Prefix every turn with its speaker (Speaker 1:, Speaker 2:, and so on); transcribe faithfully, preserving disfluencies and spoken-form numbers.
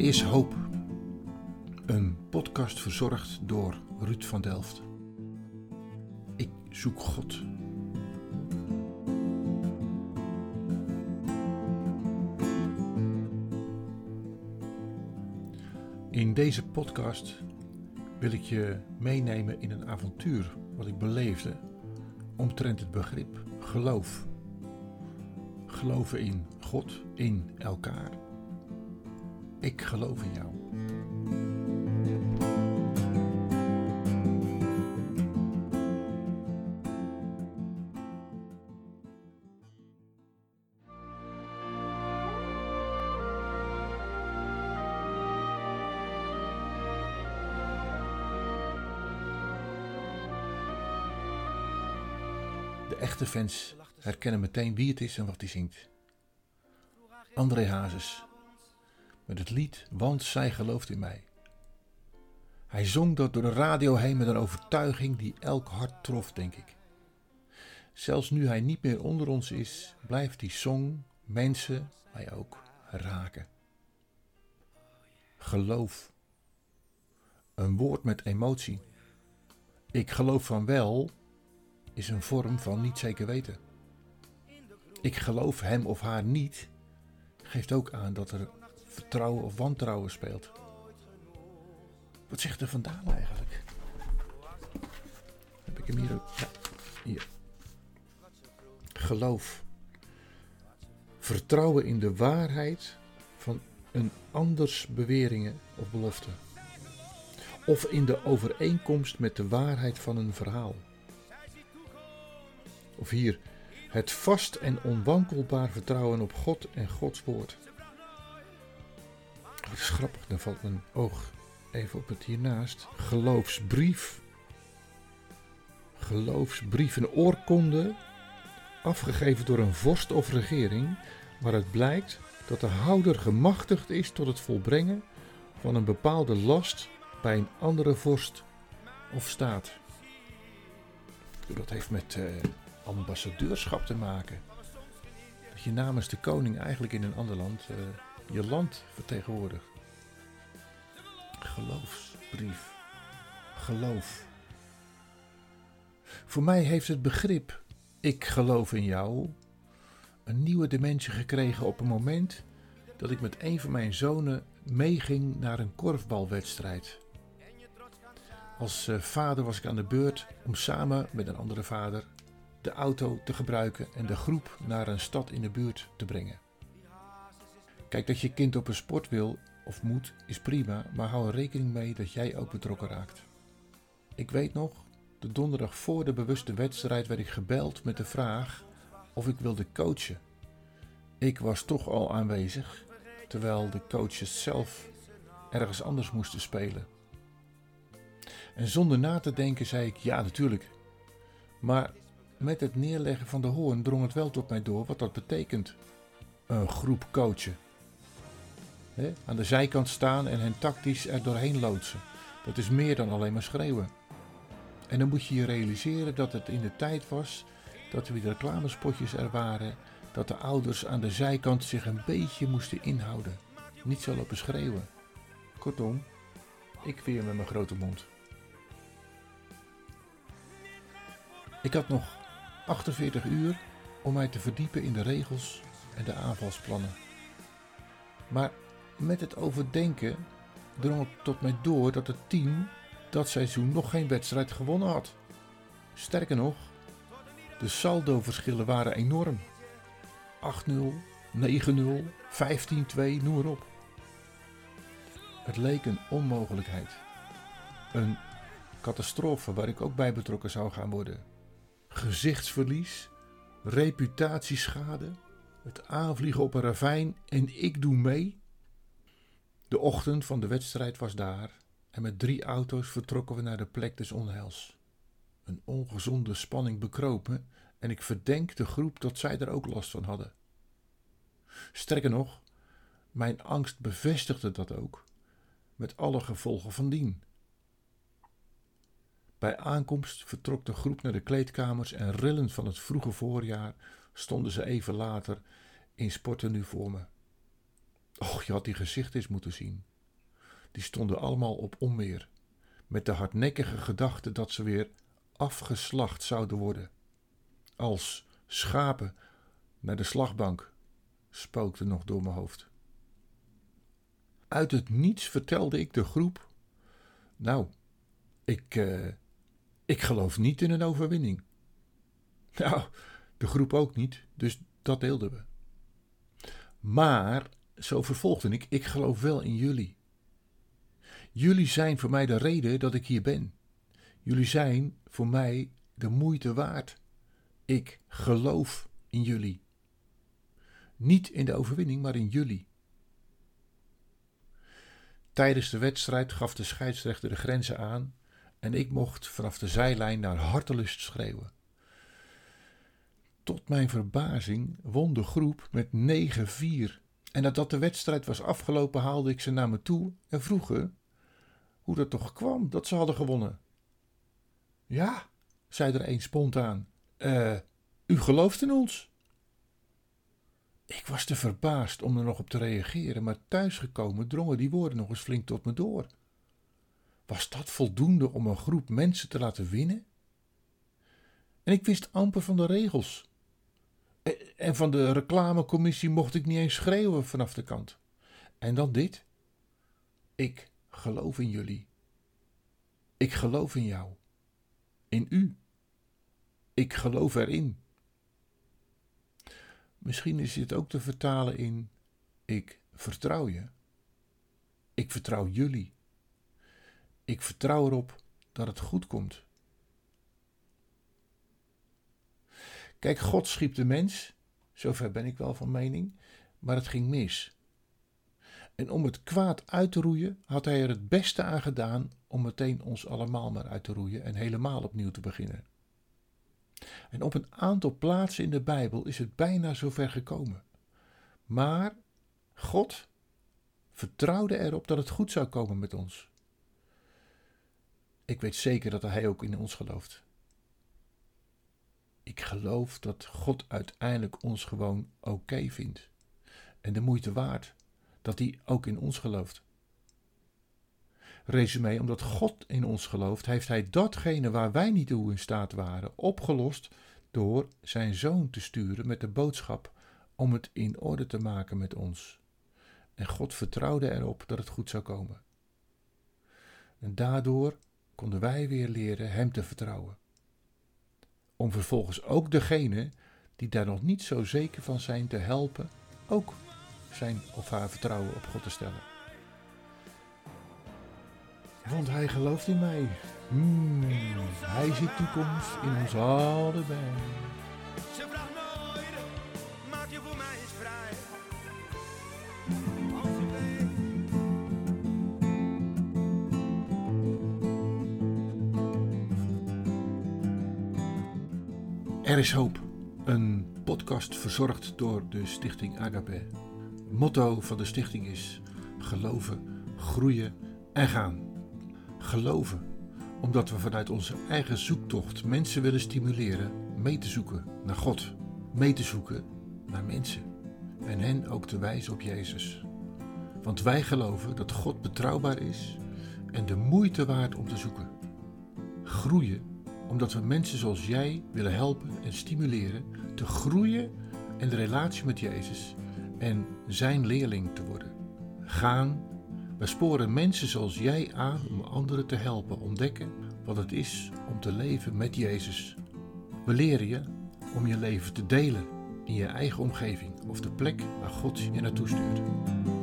Speaker 1: is hoop. Een podcast verzorgd door Ruud van Delft. Ik zoek God. In deze podcast wil ik je meenemen in een avontuur wat ik beleefde omtrent het begrip geloof. Geloven in God, in elkaar. Ik geloof in jou. De echte fans herkennen meteen wie het is en wat hij zingt. André Hazes, met het lied Want zij gelooft in mij. Hij zong dat door de radio heen met een overtuiging die elk hart trof, denk ik. Zelfs nu hij niet meer onder ons is, blijft die song mensen, mij ook, raken. Geloof. Een woord met emotie. Ik geloof van wel is een vorm van niet zeker weten. Ik geloof hem of haar niet, geeft ook aan dat er vertrouwen of wantrouwen speelt. Wat zegt de Vandaan eigenlijk? Heb ik hem hier ook? Ja, hier. Geloof. Vertrouwen in de waarheid van een anders beweringen of belofte. Of in de overeenkomst met de waarheid van een verhaal. Of hier, het vast en onwankelbaar vertrouwen op God en Gods woord. Oh, dat is grappig, dan valt mijn oog even op het hiernaast. Geloofsbrief. Geloofsbrief, een oorkonde, afgegeven door een vorst of regering, waaruit blijkt dat de houder gemachtigd is tot het volbrengen van een bepaalde last bij een andere vorst of staat. Dat heeft met uh, ambassadeurschap te maken. Dat je namens de koning eigenlijk in een ander land uh, je land vertegenwoordigt. Geloofsbrief. Geloof. Voor mij heeft het begrip ik geloof in jou een nieuwe dimensie gekregen op een moment dat ik met een van mijn zonen meeging naar een korfbalwedstrijd. Als uh, vader was ik aan de beurt om samen met een andere vader de auto te gebruiken en de groep naar een stad in de buurt te brengen. Kijk, dat je kind op een sport wil of moet is prima, maar hou er rekening mee dat jij ook betrokken raakt. Ik weet nog, de donderdag voor de bewuste wedstrijd werd ik gebeld met de vraag of ik wilde coachen. Ik was toch al aanwezig, terwijl de coaches zelf ergens anders moesten spelen. En zonder na te denken zei ik ja natuurlijk. Maar met het neerleggen van de hoorn drong het wel tot mij door wat dat betekent. Een groep coachen. He, aan de zijkant staan en hen tactisch er doorheen loodsen. Dat is meer dan alleen maar schreeuwen. En dan moet je je realiseren dat het in de tijd was dat er weer reclamespotjes er waren, dat de ouders aan de zijkant zich een beetje moesten inhouden. Niet zo lopen schreeuwen. Kortom, ik weer met mijn grote mond. Ik had nog achtenveertig uur om mij te verdiepen in de regels en de aanvalsplannen. Maar met het overdenken drong het tot mij door dat het team dat seizoen nog geen wedstrijd gewonnen had. Sterker nog, de saldoverschillen waren enorm. acht nul, negen nul, vijftien twee, noem maar op. Het leek een onmogelijkheid. Een catastrofe waar ik ook bij betrokken zou gaan worden. Gezichtsverlies, reputatieschade, het aanvliegen op een ravijn en ik doe mee. De ochtend van de wedstrijd was daar en met drie auto's vertrokken we naar de plek des onheils. Een ongezonde spanning bekroop me en ik verdenk de groep dat zij er ook last van hadden. Sterker nog, mijn angst bevestigde dat ook, met alle gevolgen van dien. Bij aankomst vertrok de groep naar de kleedkamers en rillend van het vroege voorjaar stonden ze even later in sporttenu voor me. Och, je had die gezicht eens moeten zien. die stonden allemaal op onweer, met de hardnekkige gedachte dat ze weer afgeslacht zouden worden. Als schapen naar de slagbank spookte nog door mijn hoofd. Uit het niets vertelde ik de groep: nou, ik, uh, ik geloof niet in een overwinning. Nou, de groep ook niet, dus dat deelden we. Maar, zo vervolgde ik, ik geloof wel in jullie. Jullie zijn voor mij de reden dat ik hier ben. Jullie zijn voor mij de moeite waard. Ik geloof in jullie. Niet in de overwinning, maar in jullie. Tijdens de wedstrijd gaf de scheidsrechter de grenzen aan en ik mocht vanaf de zijlijn naar hartelust schreeuwen. Tot mijn verbazing won de groep met negen vier. En nadat de wedstrijd was afgelopen haalde ik ze naar me toe en vroegen hoe dat toch kwam dat ze hadden gewonnen. Ja, zei er een spontaan, uh, u gelooft in ons. Ik was te verbaasd om er nog op te reageren, maar thuisgekomen drongen die woorden nog eens flink tot me door. Was dat voldoende om een groep mensen te laten winnen? En ik wist amper van de regels. En van de reclamecommissie mocht ik niet eens schreeuwen vanaf de kant. En dan dit. Ik geloof in jullie. Ik geloof in jou. In u. Ik geloof erin. Misschien is dit ook te vertalen in: ik vertrouw je. Ik vertrouw jullie. Ik vertrouw erop dat het goed komt. Kijk, God schiep de mens, zover ben ik wel van mening, maar het ging mis. En om het kwaad uit te roeien, had hij er het beste aan gedaan om meteen ons allemaal maar uit te roeien en helemaal opnieuw te beginnen. En op een aantal plaatsen in de Bijbel is het bijna zover gekomen. Maar God vertrouwde erop dat het goed zou komen met ons. Ik weet zeker dat hij ook in ons gelooft. Ik geloof dat God uiteindelijk ons gewoon oké vindt. En de moeite waard dat hij ook in ons gelooft. Resume, omdat God in ons gelooft, heeft hij datgene waar wij niet toe in staat waren, opgelost door zijn zoon te sturen met de boodschap om het in orde te maken met ons. En God vertrouwde erop dat het goed zou komen. En daardoor konden wij weer leren hem te vertrouwen. Om vervolgens ook degene die daar nog niet zo zeker van zijn te helpen, ook zijn of haar vertrouwen op God te stellen. Want hij gelooft in mij. Hmm, hij ziet toekomst in ons allebei.
Speaker 2: Ze vraagt nooit, maak je voor mij eens vrij.
Speaker 1: Er is hoop. Een podcast verzorgd door de stichting Agape. Het motto van de stichting is: geloven, groeien en gaan. Geloven, omdat we vanuit onze eigen zoektocht mensen willen stimuleren mee te zoeken naar God, mee te zoeken naar mensen en hen ook te wijzen op Jezus. Want wij geloven dat God betrouwbaar is en de moeite waard om te zoeken. Groeien, omdat we mensen zoals jij willen helpen en stimuleren te groeien in de relatie met Jezus en zijn leerling te worden. Gaan, we sporen mensen zoals jij aan om anderen te helpen ontdekken wat het is om te leven met Jezus. We leren je om je leven te delen in je eigen omgeving of de plek waar God je naartoe stuurt.